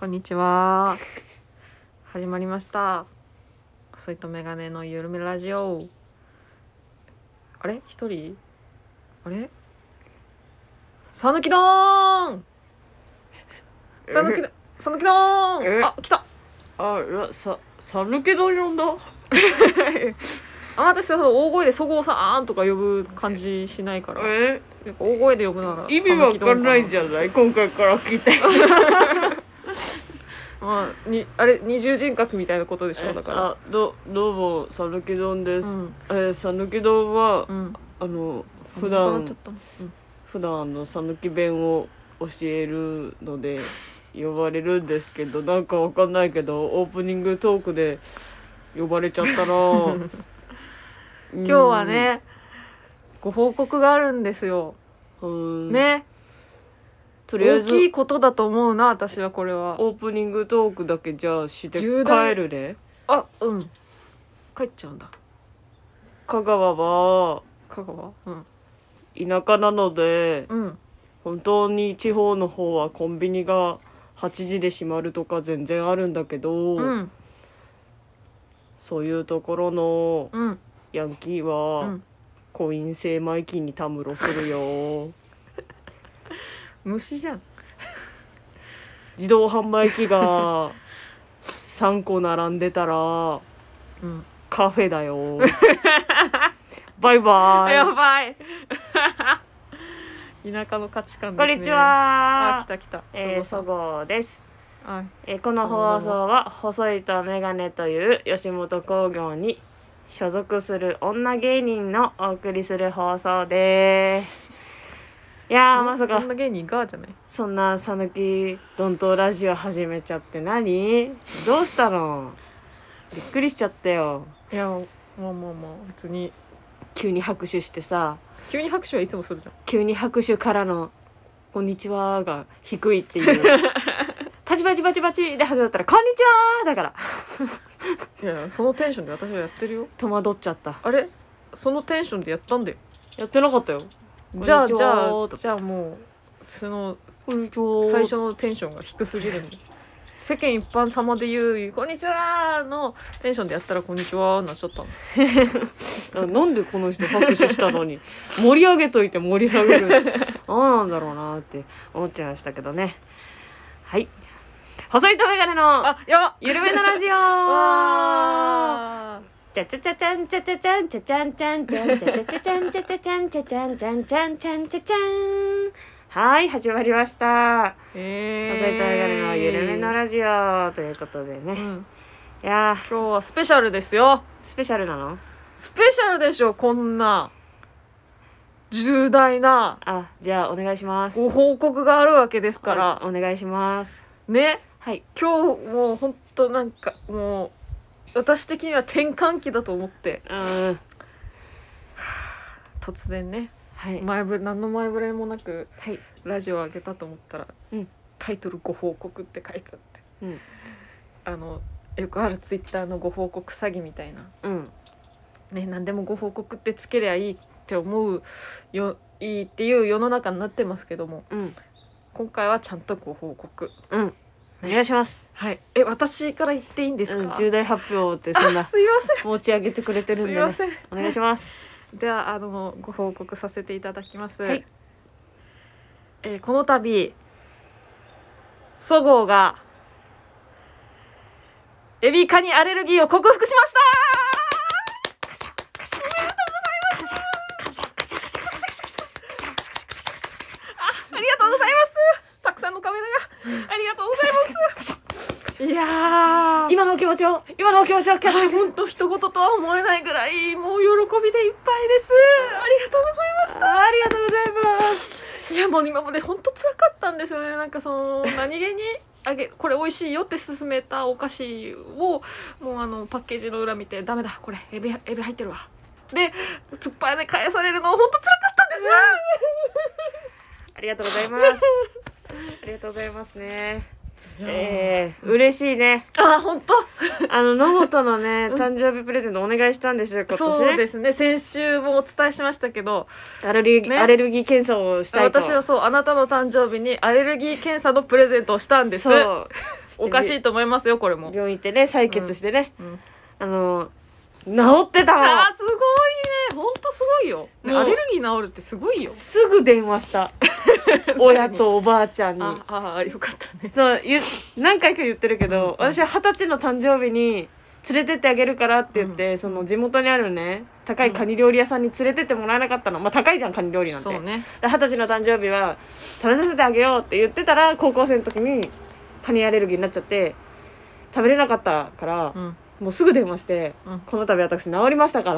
こんにちは。始まりました。細いとメガネのゆるめラジオ。あれ一人？あれ？さぬきどーん。さぬきどーん。あ、来た。 さぬきどん呼んだ。 私はその大声でそごうさんとか呼ぶ感じしないから。やっぱ大声で呼ぶなら意味わかんないじゃない。今回から聞いて。 まあ、あれ二重人格みたいなことでしょ。だからどうもさぬきどんです。さぬきどんは、普段のさぬき弁を教えるので呼ばれるんですけど、なんかわかんないけどオープニングトークで呼ばれちゃったら今日はね、ご報告があるんですよ。ね。とりあえず大きいことだと思うな、私はこれは。 オープニングトークだけじゃあして帰るね。 帰っちゃうんだ。 香川は田舎なので、本当に地方の方はコンビニが8時で閉まるとか全然あるんだけど、そういうところのヤンキーは、コイン精米機にたむろするよ。 虫じゃん。 自動販売機が3個並んでたら、カフェだよ。バイバイ。 やばい。田舎の価値観ですね。 こんにちは。 来た。 そごうです。この放送は細いとメガネという吉本興業に所属する女芸人のお送りする放送です。いやー、まさか女芸人がじゃない。 そんなさぬきどんとラジオ始めちゃって何？どうしたの？びっくりしちゃったよ。 いや、まあ別に急に拍手してさ。 急に拍手はいつもするじゃん。 急に拍手からのこんにちはが低いっていうパチパチパチパチで始まったらこんにちはだからいや、そのテンションで私はやってるよ。 戸惑っちゃった。 あれ、そのテンションでやったんだよ。 やってなかったよ。 じゃあもうその最初のテンションが低すぎるんで、世間一般様で言うこんにちはのテンションでやったらこんにちはになっちゃったの。 なんでこの人拍手したのに盛り上げといて盛り下げるなんだろうなって思っちゃいましたけどね。はい、細いとメガネのゆるめのラジオ。チャチャチャチャンチャチャチャンチャチャンチャンチャンチャチャチャチャンチャチャチャンチャチャンチャンチャンチャンチャチャン。はい、始まりました。細いとメガネのゆるめのラジオということでね、いや今日はスペシャルですよ。 スペシャルなの？ スペシャルでしょ、こんな重大な。 じゃあお願いします。 ご報告があるわけですからお願いしますね。 はい、 今日もうほんとなんかもう私的には転換期だと思って、突然ね、何の前触れもなくラジオを上げたと思ったら、タイトルご報告って書いてあって、よくあるツイッターのご報告詐欺みたいな、何でもご報告ってつけりゃいいって思うよ、いいっていう世の中になってますけども、今回はちゃんとご報告、 お願いします。 はい。私から言っていいんですか？ 重大発表ってそんなすいません持ち上げてくれてるんで、ね、 すいません、 お願いします。 ではご報告させていただきます。はい。この度そごうがエビカニアレルギーを克服しました。ありがとうございます。たくさんのカメラがありがとうございます。いやー、 今のお気持ちを聞かせて。 本当一言とは思えないぐらいもう喜びでいっぱいです。ありがとうございました。 ありがとうございます。 いや、もう今まで本当辛かったんですよね。なんか何気にこれ美味しいよって勧めたお菓子をもうパッケージの裏見てダメだこれエビ入ってるわで突っ張り返されるの本当辛かったんです。 ありがとうございます。ありがとうございますね。嬉しいね。 本当野本のね、誕生日プレゼントお願いしたんですよ、今年ね。 そうですね、先週もお伝えしましたけど、 アレルギー検査をしたいと。 私はあなたの誕生日にアレルギー検査のプレゼントをしたんです。 おかしいと思いますよこれも。 病院行ってね採血してね、 うん治ってたの。 あーすごいね、ほんとすごいよ、ね、アレルギー治るってすごいよ。 すぐ電話した親とおばあちゃんに。 あよかったね。 そう何回か言ってるけど、私は20歳の誕生日に連れてってあげるからって言って、その地元にあるね高いカニ料理屋さんに連れてってもらえなかったの。まあ高いじゃんカニ料理なんて。 そうね。 20歳の誕生日は食べさせてあげようって言ってたら、高校生の時にカニアレルギーになっちゃって食べれなかったから、もうすぐ電話して、この度私治りましたから、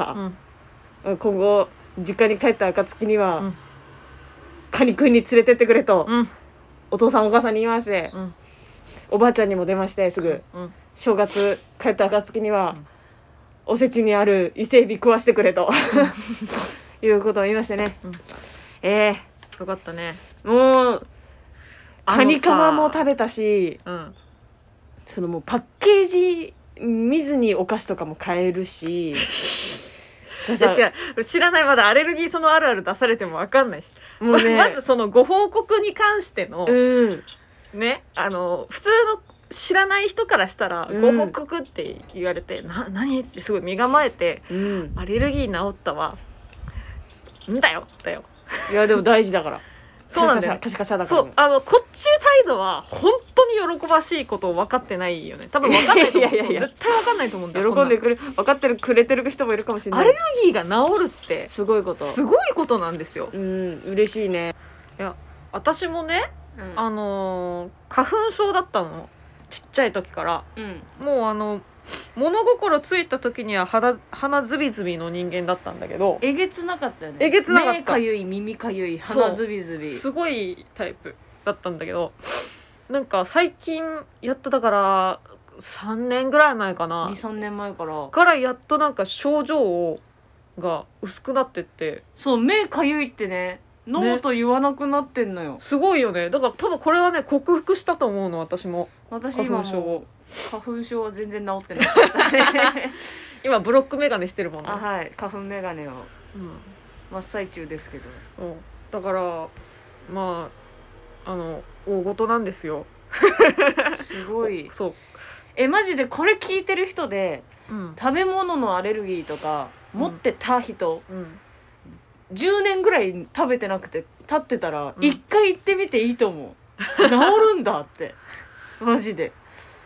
今後実家に帰った暁には、カニくんに連れてってくれと、お父さんお母さんに言いまして、おばあちゃんにも出ましてすぐ、正月帰った暁には、おせちにある伊勢海老食わしてくれということを言いましてね、 よかったね。 もうカニカマも食べたし、そのもうパッケージ見ずにお菓子とかも買えるし違う知らない、まだアレルギーそのあるある出されても分かんないし、 もうねまずそのご報告に関しての、ね普通の知らない人からしたら、ご報告って言われて何ってすごい身構えて、アレルギー治ったわんだよいやでも大事だからそうなんだよ。 カシャカシャだから、 そうこっち態度は本当に喜ばしいことを分かってないよね。多分分かんないと思う。絶対分かんないと思うんだよ。 喜んでくれ分かってくれてる人もいるかもしれない。 アレルギーが治るってすごいことなんですよ。 嬉しいね。 いや私もね、花粉症だったの、ちっちゃい時から、もう物心ついた時には鼻ズビズビの人間だったんだけど、 えげつなかったよね。 えげつなかった。 目かゆい耳かゆい鼻ズビズビすごいタイプだったんだけど、なんか最近やっとだから3年ぐらい前かな、 2,3 年前からやっとなんか症状が薄くなってって。 そう目かゆいってね飲むと言わなくなってんのよ、 すごいよね。だから多分これはね克服したと思うの。私今も花粉症は全然治ってない今ブロックメガネしてるもんね。 はい花粉メガネを、真っ最中ですけど、 だからまあ大事なんですよすごいそうマジでこれ聞いてる人で、食べ物のアレルギーとか持ってた人、10年ぐらい食べてなくて経ってたら、一回行ってみていいと思う治るんだってマジで。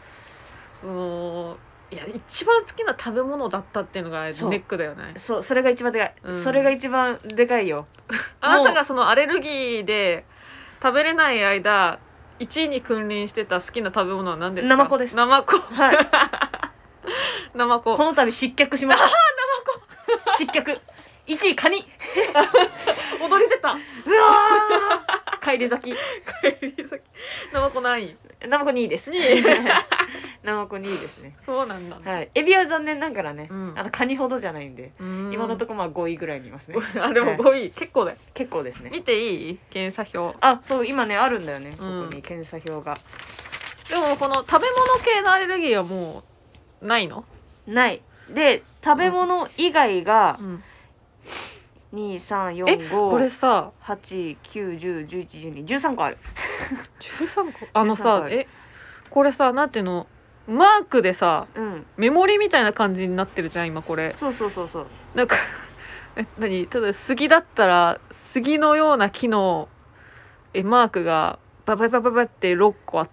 いや一番好きな食べ物だったっていうのがネックだよね。 それが一番でかい、それが一番でかいよあなたがそのアレルギーで食べれない間1位に君臨してた好きな食べ物は何ですか？ ナマコです。 ナマコはいナマコこの度失脚しました。ナマコ失脚1位カニ踊り出た。うわ帰り咲きナマコ何位？ ナマコ2位ですナマコ2位ですね。 そうなんだ、 はい、エビは残念ながらね、カニほどじゃないんで、今のところ5位ぐらいにいますね。 でも5位、結構だよ。 結構ですね。 見ていい？検査表。 そう今ねあるんだよね、ここに検査表が。 でもこの食べ物系のアレルギーはもうないの？ ないで、食べ物以外が、2,3,4,5 これさ 8,9,10,11,12,13個ある 13個さこれさなんていうの、マークでさ、メモリみたいな感じになってるじゃん今これ。 そうなんか何、ただ杉だったら杉のような木のマークがバババババって6個あって、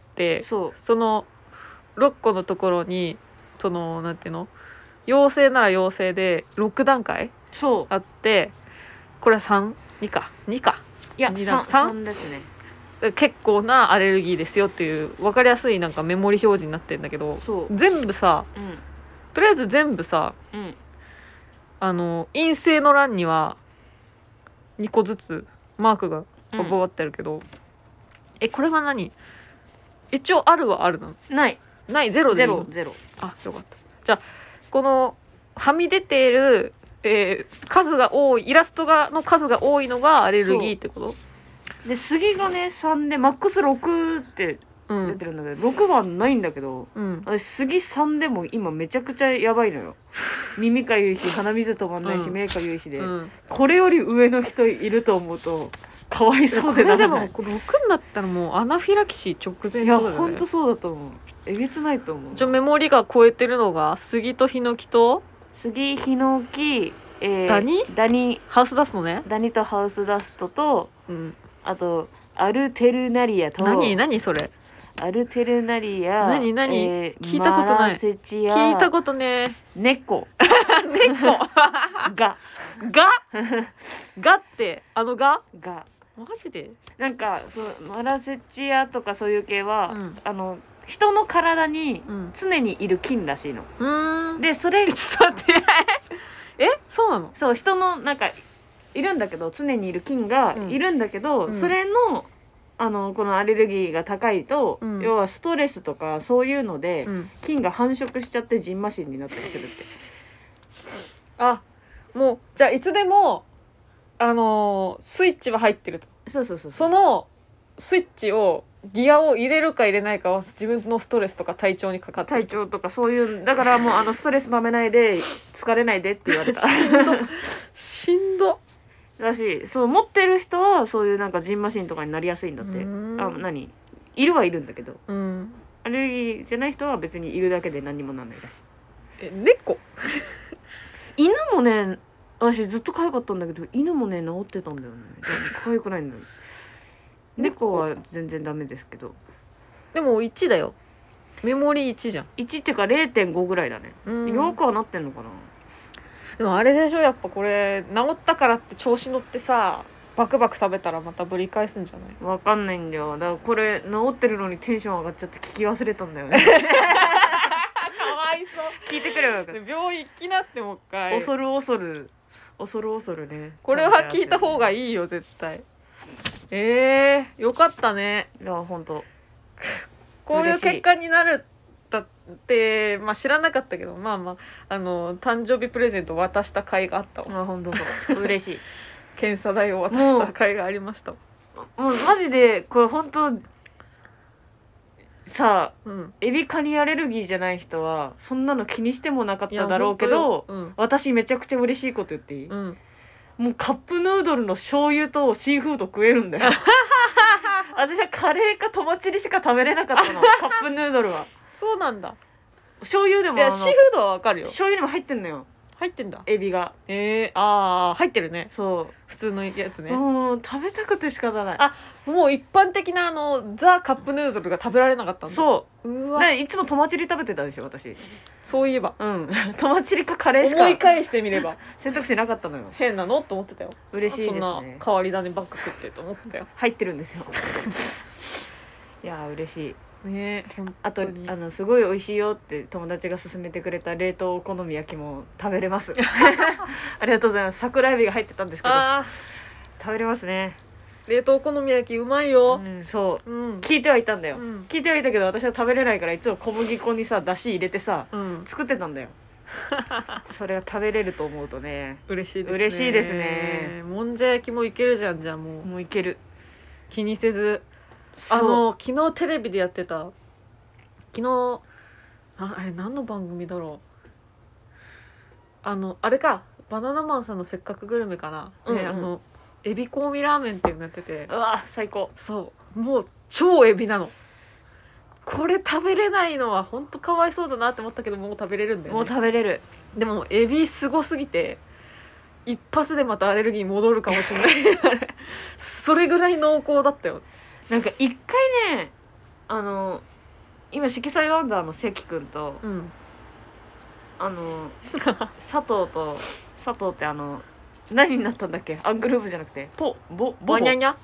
その6個のところにそのなんていうの、陽性なら陽性で6段階あって、これは3、2かいや3ですね。 結構なアレルギーですよっていう分かりやすいなんかメモリ表示になってるんだけど、全部さ、とりあえず全部さ、陰性の欄には2個ずつマークがバババってあるけど、これは何？一応あるはあるの？ないゼロでいいの？ ゼロ。 あ、よかった。じゃあこのはみ出ている、数が多いイラストの数が多いのがアレルギーってこと？ で杉がね3でマックス6って出てるんだけど、6はないんだけど、私杉3でも今めちゃくちゃやばいのよ耳かゆいし鼻水止まんないし、目かゆいしで、これより上の人いると思うとかわいそうでならない。 これでも6になったらもうアナフィラキシー直前いやとかだよね。 ほんとそうだと思う。えげつないと思う。 じゃあメモリが超えてるのが杉とヒノキと杉、ヒノキ、 ダニハウスダストね。 ダニとハウスダストと、 うん、 あとアルテルナリアと何それ。 アルテルナリア何、聞いたことない。 マラセチア聞いたことね。 猫ががってがマジでなんかそうマラセチアとかそういう系は、人の体に常にいる菌らしいの。でそれちょっと待ってそうなの。 そう人のなんかいるんだけど常にいる菌がいるんだけど、それのこのアレルギーが高いと、要はストレスとかそういうので、菌が繁殖しちゃってジンマシンになったりするって。 あ、もうじゃあいつでもスイッチは入ってると。 そうそのスイッチをギアを入れるか入れないかは自分のストレスとか体調にかかってる。 体調とかそういうだからもうストレス舐めないで疲れないでって言われたしんどらしい。そう持ってる人はそういうなんかジンマシンとかになりやすいんだって。いるはいるんだけど、アレルギーじゃない人は別にいるだけで何にもなんないらしい。 猫犬もね、私ずっと痒かったんだけど犬もね治ってたんだよね。痒くないんだよ猫は全然ダメですけど。 でも1だよ。メモリ1じゃん。 1っていうか 0.5 ぐらいだね。よくはなってんのかな。 でもあれでしょ、やっぱこれ治ったからって調子乗ってさバクバク食べたらまたぶり返すんじゃない？ わかんないんだよ。だからこれ治ってるのにテンション上がっちゃって聞き忘れたんだよねかわいそう聞いてくればよかった。 病院行きなってもう一回。恐るね。 これは聞いた方がいいよ絶対。よかったね。 いやほんとこういう結果になるだって、知らなかったけど誕生日プレゼント渡した甲斐があったわ。 ほんとそう嬉しい検査代を渡した甲斐がありました。 もうマジでこれほんとさあ、エビカニアレルギーじゃない人はそんなの気にしてもなかっただろうけど、私めちゃくちゃ嬉しいこと言っていい？もうカップヌードルの醤油とシーフード食えるんだよ私はカレーかトマチリしか食べれなかったのカップヌードルは。 そうなんだ。 醤油でもいやシーフードはわかるよ。 醤油にも入ってんのよ。 入ってんだエビが。 入ってるね。 そう普通のやつね。 もう食べたくて仕方ない。 もう一般的なザ・カップヌードルが食べられなかったんだ。 そううわいつもトマチリ食べてたでしょ私。 そういえばトマチリかカレーしか思い返してみれば選択肢なかったのよ。 変なのと思ってたよ。 嬉しいですね。 そんな変わり種ばっか食ってると思ってたよ。 入ってるんですよいや嬉しいね。 あとすごい美味しいよって友達が勧めてくれた冷凍お好み焼きも食べれますありがとうございます。桜エビが入ってたんですけど食べれますね。 冷凍お好み焼きうまいよ。 そう、聞いてはいたんだよ、聞いてはいたけど私は食べれないからいつも小麦粉にさだし入れてさ、作ってたんだよそれが食べれると思うとね嬉しいですね。 嬉しいですね。 もんじゃ焼きもいけるじゃん。じゃあもういける。 気にせず昨日テレビでやってたあれ何の番組だろう。あれかバナナマンさんのせっかくグルメかな、エビ香味ラーメンっていうのやってて、 うわ最高。 そうもう超エビなの。これ食べれないのは本当かわいそうだなって思ったけどもう食べれるんだよね。 もう食べれる。でもエビすごすぎて一発でまたアレルギー戻るかもしれないそれぐらい濃厚だったよ。 なんか一回ね今色彩ワンダーの関くんと、佐藤って何になったんだっけ。アングルーブじゃなくてワニャニャ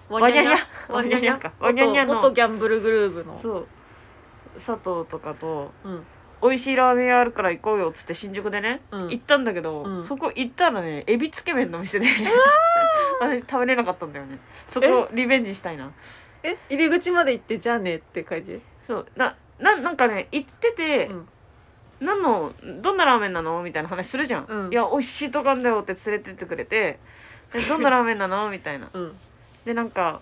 の元ギャンブルグルーブのそう佐藤とかと、美味しいラーメン屋あるから行こうよっつって新宿でね、行ったんだけど、そこ行ったらねエビつけ麺の店で私食べれなかったんだよね。そこリベンジしたいな。 入り口まで行ってじゃあねって感じ。 そうなんかね行ってて、どんなラーメンなのみたいな話するじゃん、いや美味しいとこあんだよって連れてってくれてどんなラーメンなのみたいな、でなんか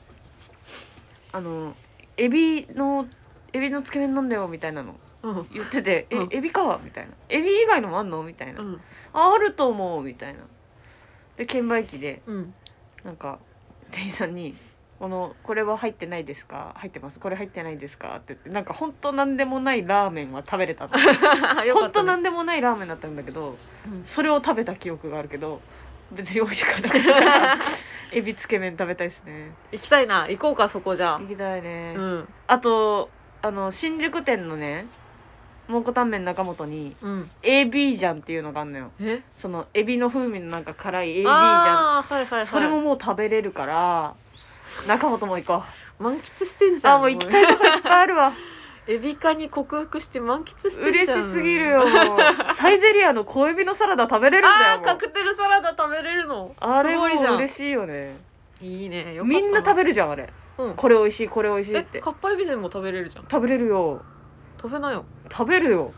エビのつけ麺なんだよみたいなの言ってて、エビかみたいな、エビ以外のもあんのみたいな、あると思うみたいなで券売機で、なんか店員さんにこれは入ってないですか、入ってます、これ入ってないですかって言って、なんかほんとなんでもないラーメンは食べれたのほんとなんでもないラーメンだったんだけど、それを食べた記憶があるけど別に美味しくなかったエビつけ麺食べたいですね。 行きたいな、行こうか、そこじゃあ。 行きたいね、 あと新宿店のね蒙古タンメン中本に、エビジャンっていうのがあんのよ。そのエビの風味のなんか辛いエビジャン、それももう食べれるから中本も行こう。満喫してんじゃん。 もう行きたいとこいっぱいあるわエビカに克服して満喫してんじゃん。 嬉しすぎるよサイゼリアの小エビのサラダ食べれるんだよ。 カクテルサラダ食べれるの。 あれも嬉しいよね。 いいね。 みんな食べるじゃんあれ、これ美味しいこれ美味しいって。 かっぱエビせんも食べれるじゃん。 食べれるよ。 食べなよ。 食べるよ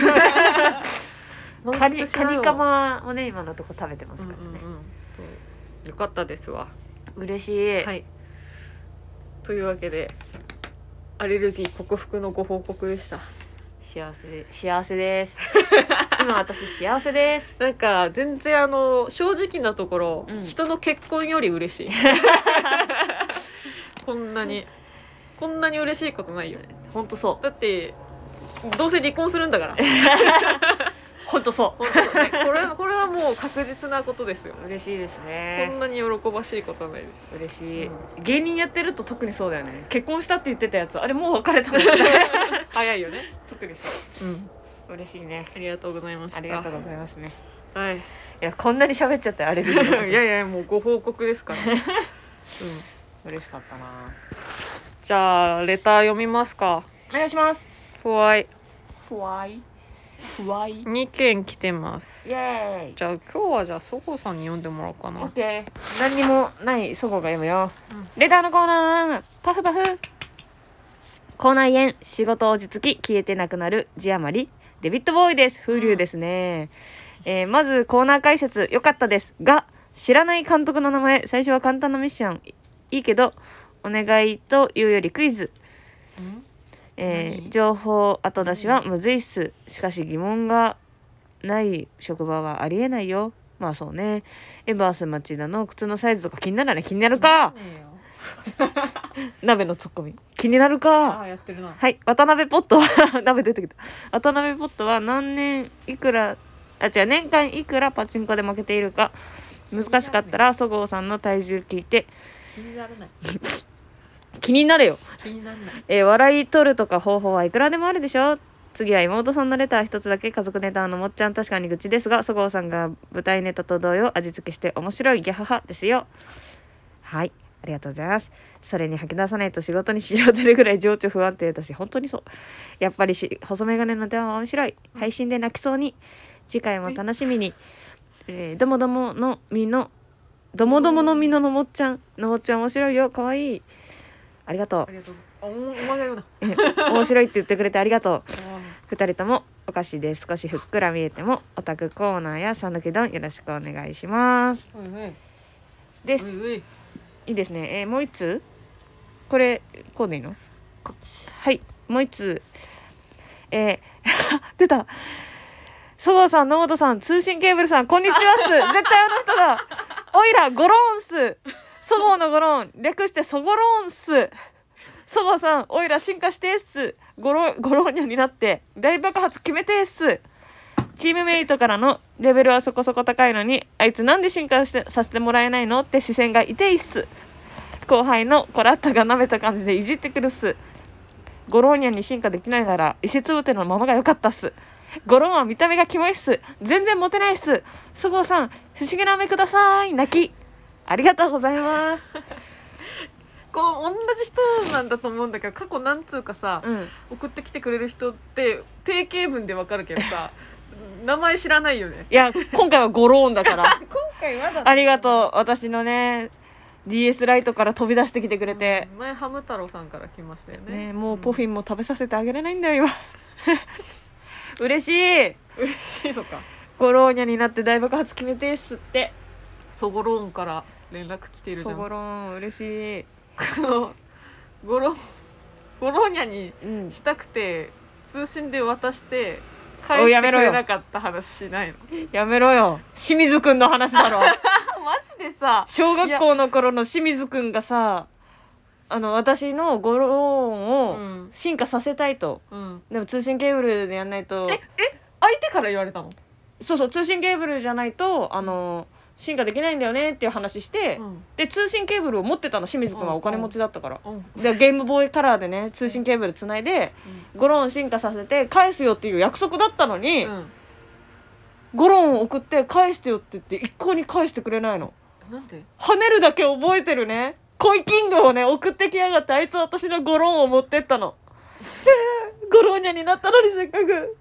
カニカマをね今のとこ食べてますからね、 よかったですわ。 嬉しい。 はい、というわけでアレルギー克服のご報告でした。 幸せです今私幸せです。 なんか全然正直なところ、人の結婚より嬉しいこんなに嬉しいことないよね。 ほんとそう。 だってどうせ離婚するんだからほんとそう。 これはもう確実なことですよ。 嬉しいですね。 こんなに喜ばしいことはないです。 嬉しい、芸人やってると特にそうだよね。結婚したって言ってたやつあれもう別れたんだ早いよね。 特にそう、嬉しいね。 ありがとうございました。 ありがとうございますね。 はい。いやこんなに喋っちゃってあれでいやもうご報告ですから嬉しかったな。 じゃあレター読みますか。 お願いします。 ふわい 2 件来てます。 イエーイ。 じゃあ今日はじゃあそごうさんに読んでもらおうかな。 オッケー。何にもないそごうが読むよ、レターのコーナー。パフパフ。口内炎、仕事落ち着き消えてなくなる字余りデビッドボーイです。風流ですね、まずコーナー解説良かったですが、知らない監督の名前、最初は簡単なミッションいいけどお願いというよりクイズ、情報後出しはむずいっす。しかし疑問がない職場はありえないよ。まあそうね。エバース町田の靴のサイズとか気にならない。気になるか鍋のツッコミ気になるか。 やってるな。 はい、渡辺ポットは鍋出てきた。渡辺ポットは年間いくらパチンコで負けているか。難しかったらそごうさんの体重聞いて。 気にならない気になれよ。 気にならない。 笑い取るとか方法はいくらでもあるでしょ。次は妹さんのレター一つだけ。家族ネタのもっちゃん確かに愚痴ですが、そごうさんが舞台ネタと同様味付けして面白いギャハハですよ。はい、ありがとうございます。それに吐き出さないと仕事に支障出るぐらい情緒不安定だし、本当にそう。やっぱり細メガネの電話は面白い。配信で泣きそうに。次回も楽しみに。どもどもの実ののもっちゃん面白いよ。かわいい。ありがとう。 ありがとう。お前が言うな。 面白いって言ってくれてありがとう。2人ともお菓子で少しふっくら見えてもオタクコーナーやさぬき丼よろしくお願いしますです。いいですね。もう一つこれこうでいいの。 こっち。 はい、もう一つ出た。そごうさん、野本さん、通信ケーブルさん、こんにちはっす。絶対あの人だ。おいらゴローンっす。そごうのゴローン略してそごろーんっす。そごうさん、おいら進化してっす。ゴローニャになって大爆発決めてっす。チームメイトからのレベルはそこそこ高いのに、あいつなんで進化させてもらえないのって視線がいていっす。後輩のコラッタが舐めた感じでいじってくるっす。ゴローニャに進化できないなら石つぶてのままが良かったっす。ゴロンは見た目がキモいっす。全然モテないっす。そごうさん、不思議な目ください。泣き。ありがとうございます。 こう同じ人なんだと思うんだけど、過去何通かさ、送ってきてくれる人って定型文でわかるけどさ名前知らないよね。 いや今回はゴローンだから今回はだ、 ありがとう。私のね DS ライトから飛び出してきてくれて、 前ハム太郎さんから来ましたよ ね。 もうポフィンも食べさせてあげれないんだよ今嬉しいのか。 ゴローニャになって大爆発決めてっすって。 ソゴローンから連絡来てるじゃん。 ソゴローン嬉しい。 ゴローニャにしたくて、通信で渡して返してくれなかった話しないの。 やめろよ。清水くんの話だろマジでさ、 小学校の頃の清水くんがさ、 私のゴローンを進化させたいと、でも通信ケーブルでやんないと相手から言われたの？ そう通信ケーブルじゃないと進化できないんだよねっていう話して、で通信ケーブルを持ってたの。清水くんはお金持ちだったから、でゲームボーイカラーでね通信ケーブルつないで、ゴローン進化させて返すよっていう約束だったのに、ゴローン送って返してよって言って一向に返してくれないの。 なんで？ 跳ねるだけ覚えてるね。コイキングをね送ってきやがって、あいつは私のゴローンを持ってったの。ゴローニャになったのにせっかく。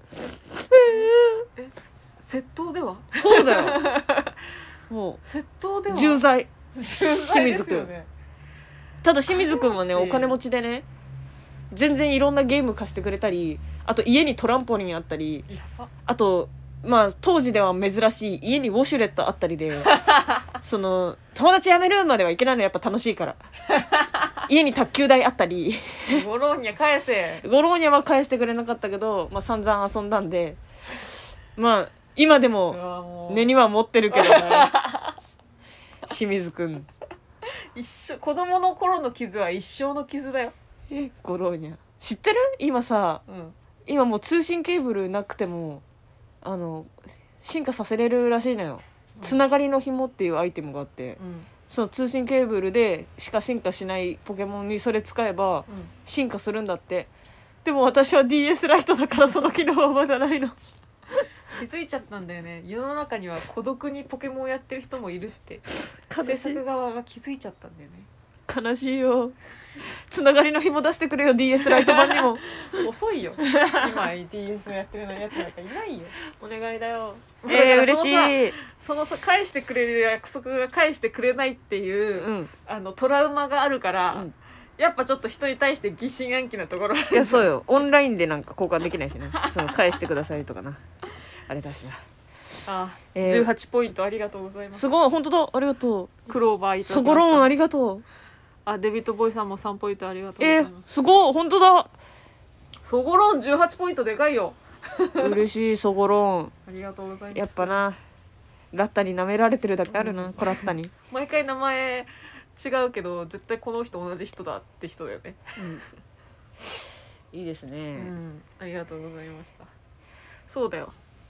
窃盗では？ そうだよ。もう窃盗では？ 重罪。 清水くん。 ただ清水くんはねお金持ちでね、全然いろんなゲーム貸してくれたり、あと家にトランポリンあったり、あとまあ当時では珍しい家にウォシュレットあったりでその友達辞めるまではいけないのやっぱ楽しいから家に卓球台あったりゴローニャ返せ。 ゴローニャは返してくれなかったけど、まあ、散々遊んだんで、まあ今でも根には持ってるけどね清水くん子供の頃の傷は一生の傷だよ。 ゴローニャ知ってる？今さ、今もう通信ケーブルなくても進化させれるらしいのよ。つながりの紐っていうアイテムがあって、その通信ケーブルでしか進化しないポケモンにそれ使えば進化するんだって。でも私は DS ライトだからその機能はまだないの。 気づいちゃったんだよね。世の中には孤独にポケモンをやってる人もいるって制作側が気づいちゃったんだよね。 悲しいよ。つながりの紐出してくれよ DS ライト版にも。 遅いよ。今 DS やってるやつなんかいないよ。 お願いだよ。 嬉しい。 そのさ返してくれる約束が返してくれないっていう、トラウマがあるから、やっぱちょっと人に対して疑心暗鬼なところ。 いやそうよ。オンラインでなんか交換できないしね。その返してくださいとかな。あれだしな。 18ポイントありがとうございます。 すごい本当だ、ありがとう。 クローバーいただきました。 ソゴロンありがとう。 デビットボーイさんも3ポイントありがとうございます。 すごい本当だ。 ソゴロン18ポイントでかいよ。 嬉しい。ソゴロンありがとうございます。 やっぱなラッタに舐められてるだけあるな、コラッタに。 毎回名前違うけど絶対この人同じ人だって人だよね。 いいですね、 ありがとうございました。そうだよ、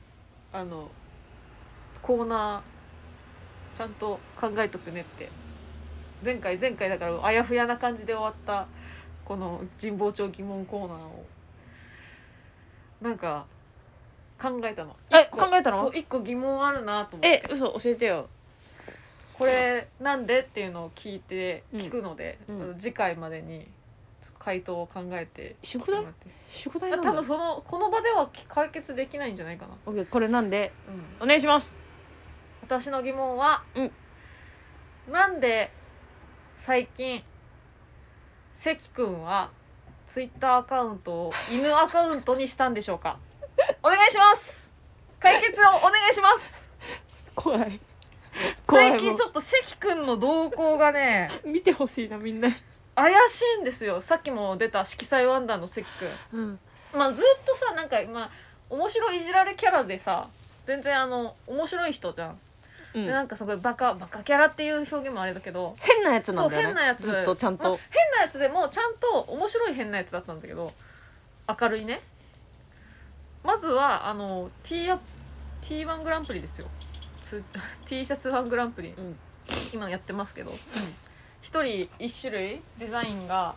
コーナーちゃんと考えとくねって、前回だからあやふやな感じで終わったこの神保町疑問コーナーをなんか考えたの。 考えたの？ そう、1個疑問あるなと思って。 嘘教えてよ。 これなんでっていうのを聞くので、次回までに回答を考えて宿題なんだ。 多分この場では解決できないんじゃないかな。 OK、これなんで、お願いします。 私の疑問は、なんで最近関くんはツイッターアカウントを犬アカウントにしたんでしょうか。お願いします。解決をお願いします。 怖い。 最近ちょっと関くんの動向がね見てほしいなみんな。 怪しいんですよ。さっきも出た色彩ワンダーの関くん、まあずっとさなんか面白いいじられキャラでさ、全然面白い人じゃん。でなんかすごいバカキャラっていう表現もあれだけど変なやつなんだよね。 変なやつずっとちゃんと、 変なやつでもちゃんと面白い変なやつだったんだけど、明るいね。まずはT1 グランプリですよ。T シャツ1グランプリ、今やってますけど、一人一種類デザインが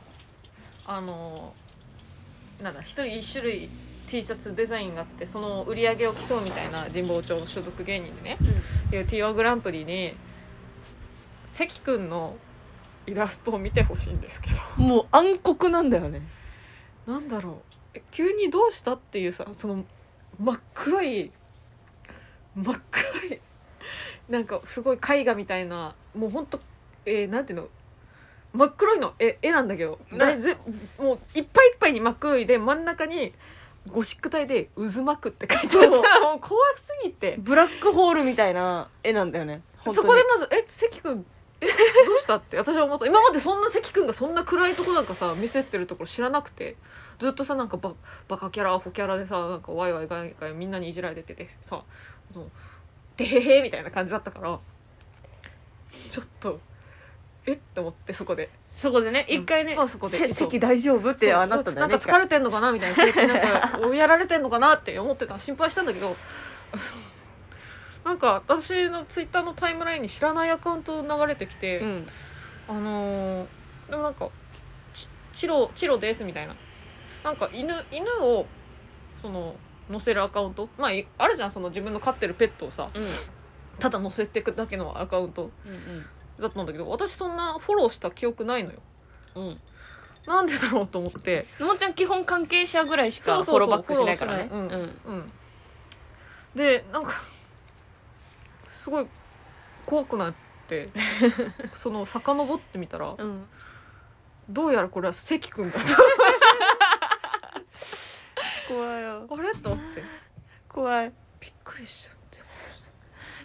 一人一種類 T シャツデザインがあって、その売り上げを競うみたいな神保町所属芸人でね、いう T1 グランプリに関くんのイラストを見てほしいんですけど、 もう暗黒なんだよね。 なんだろう、急にどうしたっていうさ、その真っ黒いなんかすごい絵画みたいな、もうほんとなんていうの、真っ黒いの絵なんだけど、もういっぱいいっぱいに真っ黒いで、真ん中にゴシック体で渦巻くって書いてある。もう怖すぎてブラックホールみたいな絵なんだよね。 そこでまず関くんどうしたって私は思った。今までそんな関くんがそんな暗いとこなんかさ見せてるところ知らなくて、ずっとさなんかバカキャラアホキャラでさ、なんかワイワイガイガイみんなにいじられててさ、でへへみたいな感じだったから、ちょっとって思ってそこでね一回ね、 そこで席大丈夫ってなったんだよね。 なんか疲れてんのかなみたいななんかやられてんのかなって思ってた心配したんだけどなんか私のツイッターのタイムラインに知らないアカウント流れてきて、でもなんかチロですみたいな、なんか犬をその載せるアカウント、まああるじゃん、その自分の飼ってるペットをさ、ただ載せていくだけのアカウントだったんだけど、私そんなフォローした記憶ないのよ。なんでだろうと思って。 のもちゃん基本関係者ぐらいしかフォローバックしないからね。 でなんかすごい怖くなってその遡ってみたら、どうやらこれは関くんだと怖いよ。 あれと思って怖い、 びっくりしちゃって。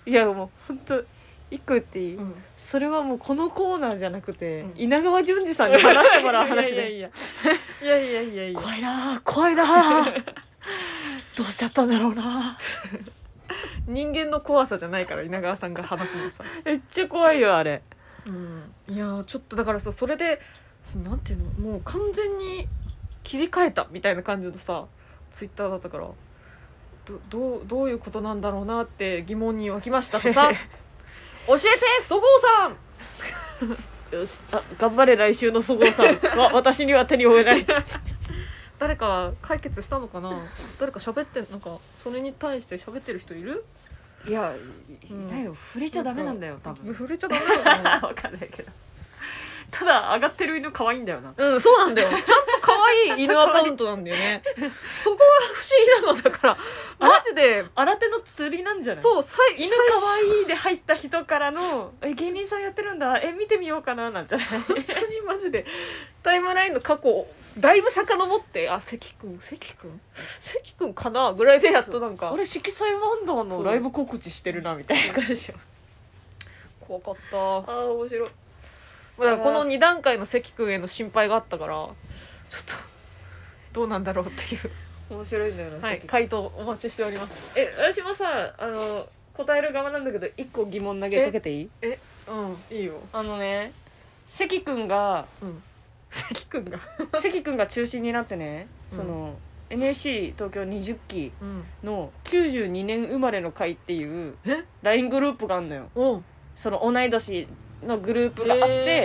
いやもうほんと一個言っていい、それはもうこのコーナーじゃなくて、稲川淳二さんに話してもらう話で。いや怖いなどうしちゃったんだろうな人間の怖さじゃないから稲川さんが話すのさめっちゃ怖いよあれ。 いやちょっとだからさ、それでなんていうの、もう完全に切り替えたみたいな感じのさツイッターだったから、どういうことなんだろうなって疑問に湧きましたとさ教えてそごうさんよし、頑張れ来週のそごうさん私には手に負えない誰か解決したのかな、誰か喋ってんのか、それに対して喋ってる人いる？ いや、いないよ、触れちゃダメなんだよ多分。 触れちゃダメなのかな分かんないけど、ただ上がってる犬可愛いんだよな。 そうなんだよ、ちゃんと可愛い犬アカウントなんだよねそこは不思議なのだからマジで新手の釣りなんじゃない？ そう犬可愛いで入った人からの芸人さんやってるんだ見てみようかななんじゃない？ 本当にマジでタイムラインの過去をだいぶ遡って、関くんかなぐらいでやっとなんか、 俺色彩ワンダーのライブ告知してるなみたいな感じでしょ。 怖かった。 面白い。 だからこの2段階の関くんへの心配があったから、ちょっとどうなんだろうっていう面白いんだよな、 はい、回答お待ちしております。 私もさ答える側なんだけど1個疑問投げかけていい？ いいよ。 関くんが関くんが中心になってね、その NSC 東京20期の92年生まれの会っていう LINE グループがあるのよ。その同い年のグループがあって、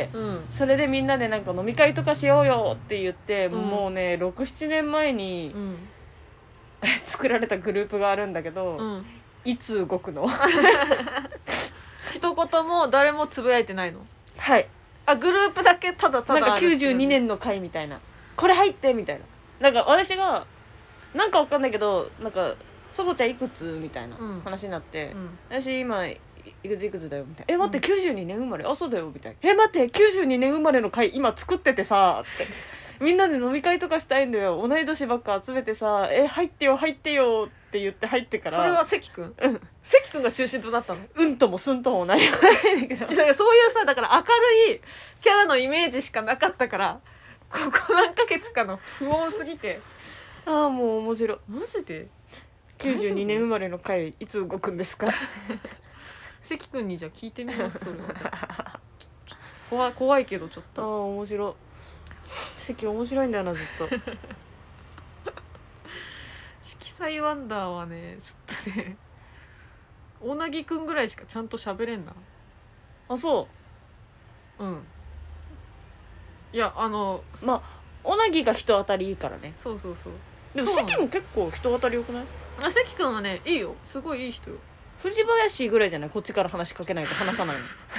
それでみんなでなんか飲み会とかしようよって言って、もうね 6,7 年前に、作られたグループがあるんだけど、いつ動くの？ 一言も誰もつぶやいてないの？ はい。 グループだけただなんか92年の回みたいな、これ入ってみたいな、なんか私がなんかわかんないけど、なんかそこちゃんいくつみたいな話になって、私今いくつだよみたいな、待って92年生まれ、そうだよみたいな、待って92年生まれの回今作っててさってみんなで飲み会とかしたいんだよ、同い年ばっか集めてさ、入ってよって言って入ってから。 それは関くん？関くんが中心となったの？ ともすんともないだからそういうさ、だから明るいキャラのイメージしかなかったから、ここ何ヶ月かの不穏すぎて。 もう面白い。 マジで 92年生まれの回いつ動くんですか？ 関くんにじゃあ聞いてみます。それは怖いけどちょっと面白い。関面白いんだよなずっと色彩ワンダーはねちょっとね、大凪くんぐらいしかちゃんと喋れんな。 そう。 いや大凪が人当たりいいからね。 そうでも関も結構人当たり良くない？ 関くんはねいいよ、すごいいい人よ。 藤林ぐらいじゃない？こっちから話しかけないと話さない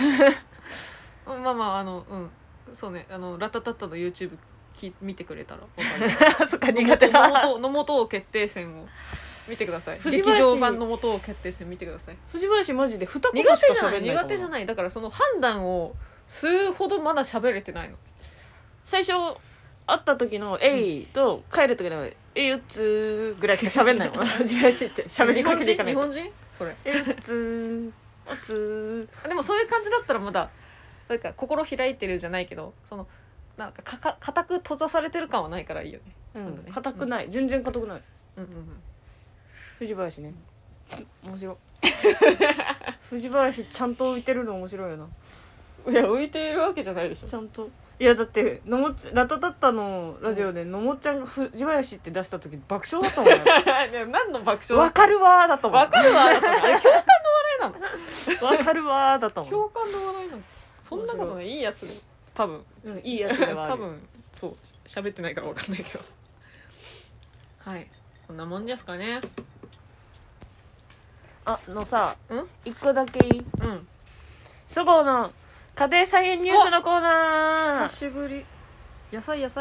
のそうね、ラタタッタの YouTube 見てくれたら分かる。 そっか、苦手だ。 野本王決定戦を見てください。劇場版の野本王決定戦見てください。 藤林マジで2言しか喋んない。 苦手じゃない。だからその判断をするほどまだ喋れてないの。 最初会った時の「えい」と帰る時の「えいうっつー」ぐらいしか喋んないもん。藤林って喋りかけていかないと。 日本人それ。 えうっつーおつー。 でもそういう感じだったらまだなんか心開いてるじゃないけど、そのなんか固く閉ざされてる感はないからいいよね。 固くない、全然固くない。藤林ね、面白い。藤林ちゃんと浮いてるの面白いよな。 いや浮いているわけじゃないでしょちゃんと。いやだってラタタッタのラジオでのもっちゃんが藤林って出した時爆笑だったもんね何の爆笑わかるわーだったもん。 わかるわだったのあれ共感の笑いなのわかるわーだったもん。 共感の笑いなのそんなことないいいやつで多分うんいいやつではある。 多分そう喋ってないからわかんないけどはいこんなもんですかねさん一個だけいい？ うんそごうの家庭菜園ニュースのコーナ久ー。 しぶり野菜もっ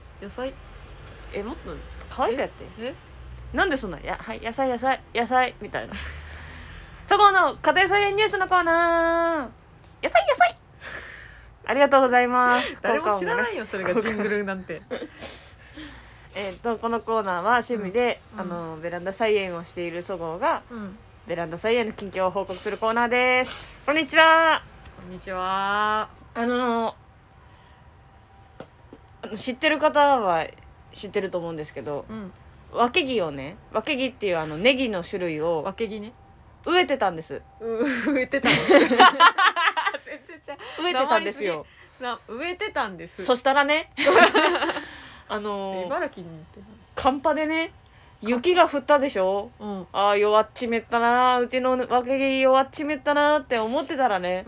と可愛くやって。 えなんでそんなはい野菜みたいなそごうの家庭菜園ニュースのコーナー。野菜ありがとうございます。 誰も知らないよそれがジングルなんてこのコーナーは趣味で、 うんベランダ菜園をしているそごうがうんベランダ菜園の近況を報告するコーナーです。こんにちは。 こんにちは知ってる方は知ってると思うんですけど、 うんわけぎっていうネギの種類をわけぎね植えてたんです。 植えてたんです全然ちゃう植えてたんですよ。 植えてたんですそしたらね茨城に行って寒波でね雪が降ったでしょ。 うん弱っちめったな、うちのわけぎ弱っちめったなって思ってたらね、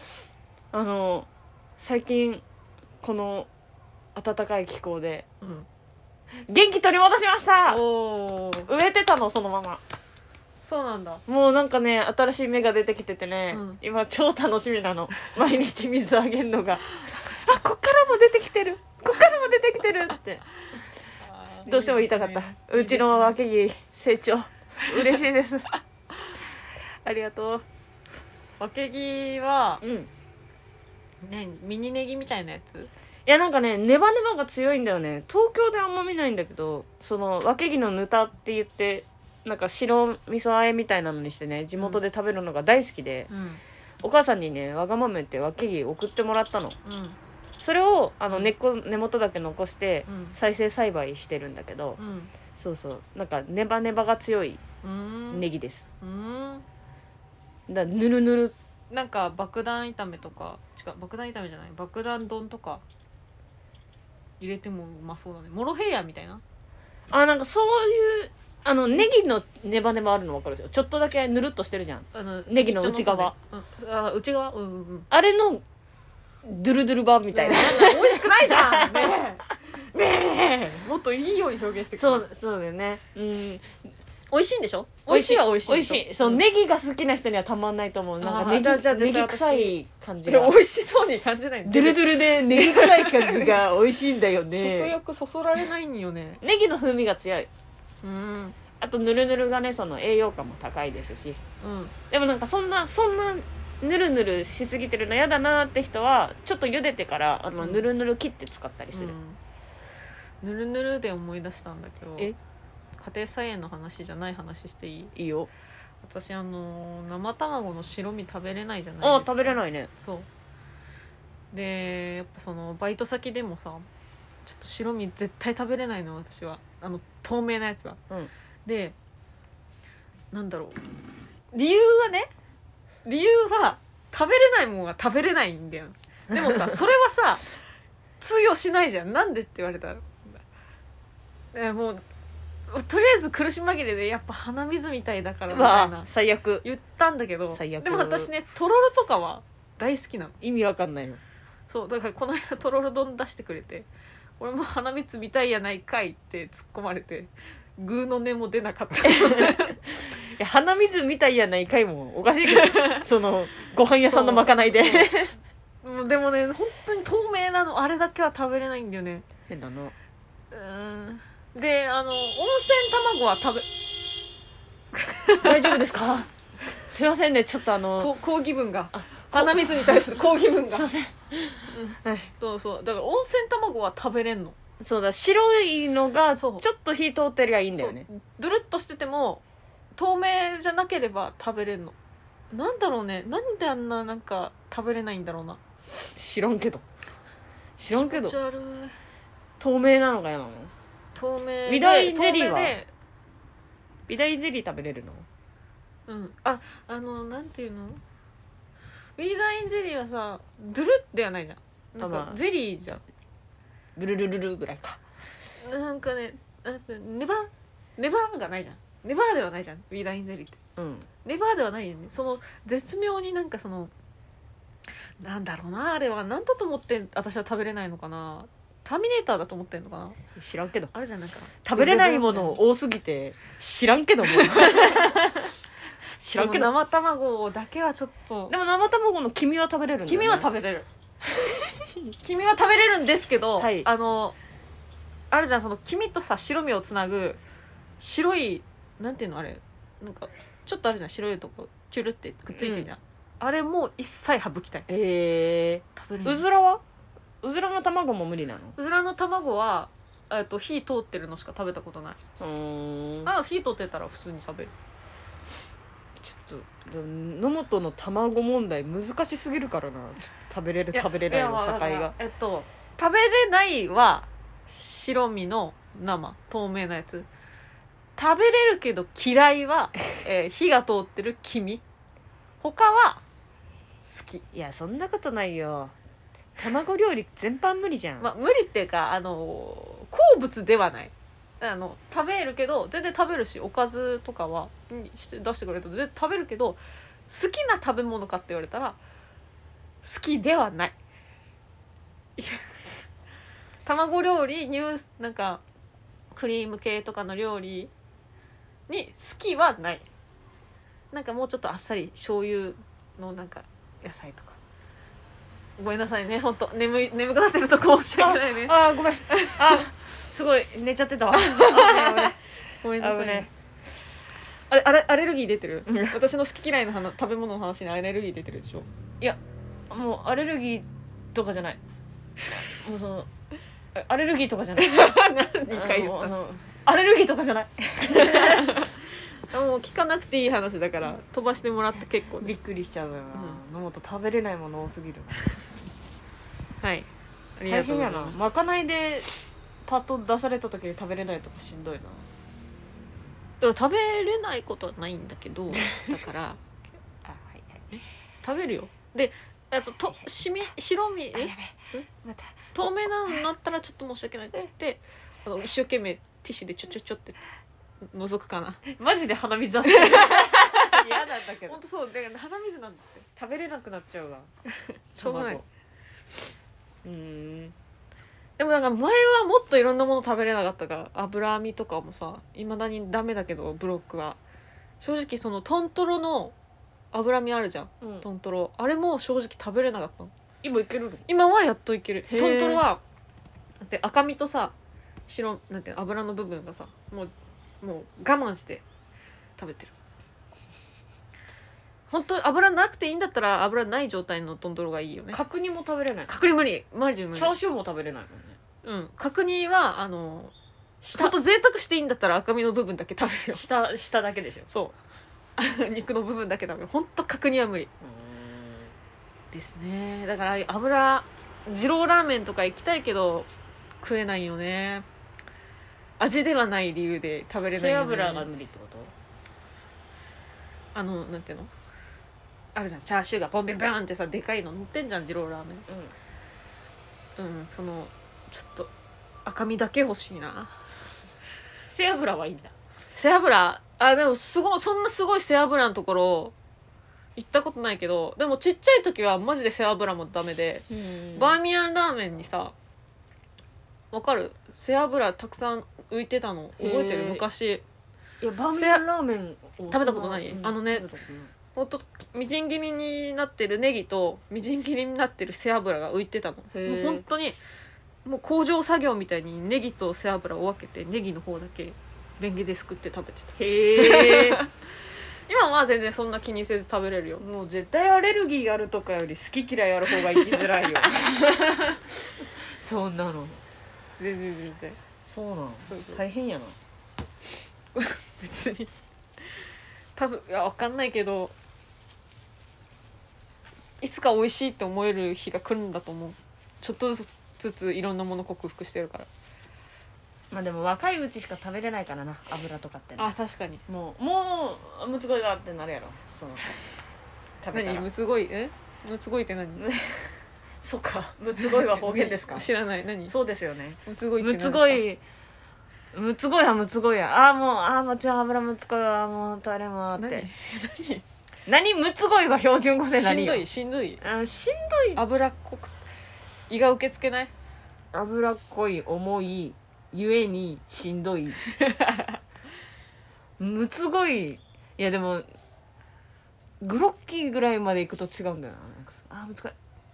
最近この暖かい気候でうん元気取り戻しました。 おー植えてたのそのまま。 そうなんだもうなんかね新しい芽が出てきててね、 うん今超楽しみなの毎日水あげんのがこっからも出てきてるってどうしても言いたかった。うちのわけぎ成長嬉しいですありがとう。 わけぎはうんねミニネギみたいなやついやなんかねネバネバが強いんだよね。東京であんま見ないんだけど、そのわけぎのぬたって言ってなんか白味噌和えみたいなのにしてね地元で食べるのが大好きで、 うんお母さんにねわがまま言ってわけぎ送ってもらったの。 うんそれを根元だけ残してうん再生栽培してるんだけど、 うんそうそうなんかネバネバが強いうんネギです。 うんだからぬるぬる。 なんか爆弾炒めとか爆弾炒めじゃない爆弾丼とか入れてもうまそうだねモロヘイヤみたいななんかそういうネギのネバネバあるの分かるでしょ。ちょっとだけぬるっとしてるじゃんネギの内側、 内側うんあれのドゥルドゥル版みたいな美味しくないじゃんねえもっといいように表現してくれそうだよね。 美味しいんでしょ美味しいは美味しい美味しい。そう、ネギが好きな人にはたまんないと思う。なんかネギじゃあ絶対私臭い感じが美味しそうに感じないドゥルドゥルでネギ臭い感じが美味しいんだよ食ね欲そそられないんよねネギの風味が強い。 うんあとヌルヌルがねその栄養価も高いですし、 うんでもなんかそんなヌルヌルしすぎてるの嫌だなって人はちょっと茹でてからヌルヌル切って使ったりする。 ぬるぬるで思い出したんだけどえ家庭菜園の話じゃない話していい？ いいよ。 私生卵の白身食べれないじゃないですか。 食べれないね。 そうでやっぱそのバイト先でもさちょっと白身絶対食べれないの私は透明なやつは、でなんだろう理由は食べれないもんは食べれないんだよ。でもさそれはさ通用しないじゃん。なんでって言われたらもうとりあえず苦し紛れでやっぱ鼻水みたいだからみたいな最悪言ったんだけど、 最悪。 でも私ねとろろとかは大好きなの。 意味わかんないよ。 そうだからこの間とろろ丼出してくれて俺も鼻水みたいやないかいって突っ込まれてグーの音も出なかったいや鼻水みたいやないかいもおかしいけどそのご飯屋さんのまかないででもね本当に透明なのあれだけは食べれないんだよね。 変だな。 で温泉卵は大丈夫ですかすいませんねちょっと抗議文が鼻水に対する抗議文がすいません、 そうだから温泉卵は食べれんの。 そうだ白いのがちょそうっと火通ってりゃいいんだよね。 ドゥルッとしてても透明じゃなければ食べれんの。なんだろうねなんであんななんか食べれないんだろうな。 知らんけど気持ち悪い。 透明なのが嫌なの。 透明美大ゼリーは透明で美大ゼリー食べれるの。 なんていうのウィダーインゼリーはさドゥルではないじゃん。なんかゼリーじゃん。 ブルルルルぐらいか。 なんかねネバーがないじゃん。ネバーではないじゃんウィダーインゼリーって。ネバーではないよね。その絶妙になんかそのなんだろうな、あれは何だと思って私は食べれないのかな。ターミネーターだと思ってんのかな。 知らんけど。 あれじゃん、なんか食べれないもの多すぎて知らんけども知らんけど。 生卵だけはちょっと。 でも生卵の黄身は食べれるんだよね。 黄身は食べれる黄身は食べれるんですけど、 はい、 あるじゃん、その黄身とさ白身をつなぐ白いなんていうのあれ、なんかちょっとあるじゃん、白いとこチュルってくっついてるじゃん、あれも一切省きたい。食べれない。 うずらは？うずらの卵も無理なの？ うずらの卵は火通ってるのしか食べたことない。火通ってたら普通に食べる。 ちょっと野本の卵問題難しすぎるからな。ちょっと食べれる食べれないの境が。 食べれないは白身の生透明なやつ。食べれるけど嫌いは、火が通ってる黄身。他は好き。 いやそんなことないよ。卵料理全般無理じゃん。 まあ無理っていうか好物ではない。食べるけど全然食べるし、おかずとかは出してくれると全然食べるけど、好きな食べ物かって言われたら好きではない卵料理なんかクリーム系とかの料理に好きはない。なんかもうちょっとあっさり醤油のなんか野菜とか。ごめんなさいね、本当眠くなってるとこ申し訳ないね。 ごめん。すごい寝ちゃってたわ。 ごめんなさいね。アレルギー出てる私の好き嫌いの食べ物の話にアレルギー出てるでしょ。 いやもうアレルギーとかじゃない。もうそのアレルギーとかじゃない。 何回言ったアレルギーとかじゃない。 もう聞かなくていい話だから飛ばしてもらって結構です。 びっくりしちゃうよな。野本食べれないもの多すぎる。 はい、 大変やな。まかないでパッと出された時に食べれないとかしんどいな。 だから食べれないことはないんだけど、だから食べるよ。で白身透明なのになったらちょっと申し訳ないっつって一生懸命ティッシュでちょって覗くかな。 マジで鼻水あって嫌なんだけど。 本当そうだから鼻水なんだって。 食べれなくなっちゃうわ。 しょうがない。でもなんか前はもっといろんなもの食べれなかったから、脂身とかもさ未だにダメだけど、ブロックは正直そのトントロの脂身あるじゃん、トントロあれも正直食べれなかったの。 今いけるの？ 今はやっといける。トントロはだって赤身とさ白なんて油の部分がさもう我慢して食べてる。本当油なくていいんだったら油ない状態のトントロがいいよね。 角煮も食べれない。 角煮無理、マジで無理。 チャーシューも食べれないもんね。 角煮はほんと贅沢していいんだったら赤身の部分だけ食べるよ。 下だけでしょ。 そう肉の部分だけ食べる。ほんと角煮は無理ですね。だから二郎ラーメンとか行きたいけど食えないよね。味ではない理由で食べれないよね。 背脂が無理ってこと？ なんていうのあるじゃん、チャーシューがボンビンビャンってさでかいの乗ってんじゃん、二郎ラーメン。そのちょっと赤身だけ欲しいな。 背脂はいいんだ。 背脂でもそんなすごい背脂のところ行ったことないけど、でもちっちゃい時はマジで背脂もダメで、バーミヤンラーメンにさわかる背脂たくさん浮いてたの覚えてる？昔。 いやバーミヤンラーメン食べたことない？ほんとみじん切りになってるネギとみじん切りになってる背脂が浮いてたの。もう本当にもう工場作業みたいにネギと背脂を分けてネギの方だけレンゲですくって食べてた。 へえ今は全然そんな気にせず食べれるよ。 もう絶対アレルギーがあるとかより好き嫌いある方が生きづらいよそんなの全然そうなの。 そう大変やな別に多分分かんないけどいつか美味しいって思える日が来るんだと思う。ちょっとずついろんなもの克服してるから。 まあでも若いうちしか食べれないからな、油とかってね。 確かに。 もうむつごいがってなるやろ、その食べたら。 何むつごいむつごいって何？ そうか、むつごいは方言ですか？ 知らない。何？ そうですよね。 むつごいってむつごい、むつごいはむつごいや。もうちょ油むつごいはもうタレもあって何むつごいは標準語で何よ？ しんどいしんどい。 脂っこく胃が受け付けない。 脂っこい、重いゆえにしんどいむつごい。いやでもグロッキーぐらいまでいくと違うんだよな。むつごい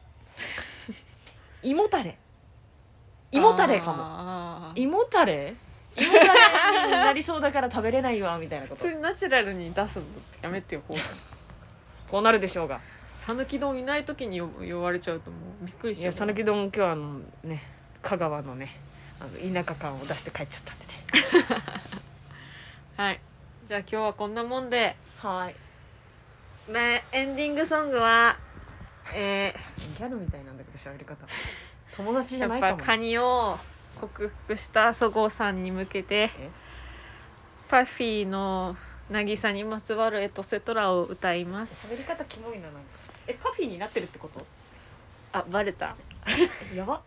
胃もたれかも。胃もたれになりそうだから食べれないわみたいなこと。 普通にナチュラルに出すのやめてよ。 こうなるでしょうが。 讃岐丼いない時に呼ばれちゃうともうびっくりしちゃう。 いや讃岐丼も今日ね香川のね田舎感を出して帰っちゃったんでねはい、じゃあ今日はこんなもんで、 はい。 エンディングソングはギャルみたいなんだけど喋り方友達じゃやっないかも。 ぱカニを克服したそごうさんに向けてパフィーの渚にまつわるエトセトラを歌います。 喋り方キモいな。なんかパフィーになってるってこと？ あ、バレた。 やば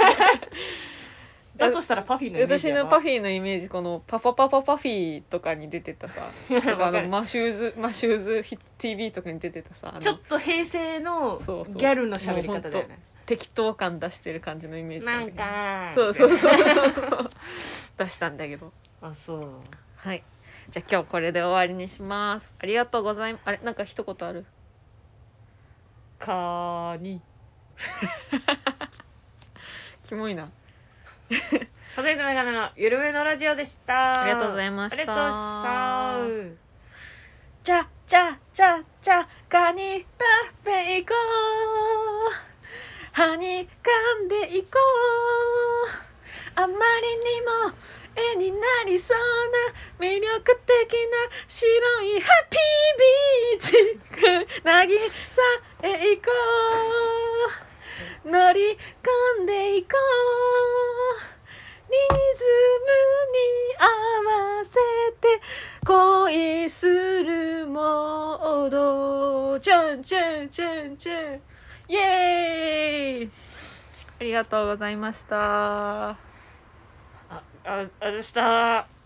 だとしたらパフィーのイメージ私のパフィーのイメージこのパフィーとかに出てたさとかマシューズ TV とかに出てたさちょっと平成のギャルの喋り方だよね。 適当感出してる感じのイメージなんかそう出したんだけど。 あ、そう。 はい、じゃあ今日これで終わりにします。ありがとうございます。あれ、なんか一言ある？ カニキモいな。 初めてメガネのゆるめのラジオでした。 ありがとうございました。 ありがとうございました。 じゃカニ食べいこう。歯に噛んでいこう。あまりにも絵になりそうな魅力的な白いハッピービーチなぎさへ行こう。乗り込んでいこう。リズムに合わせて恋するモード。チャンチャンチャンチャンイエーイ。ありがとうございました。 ありがとうございました。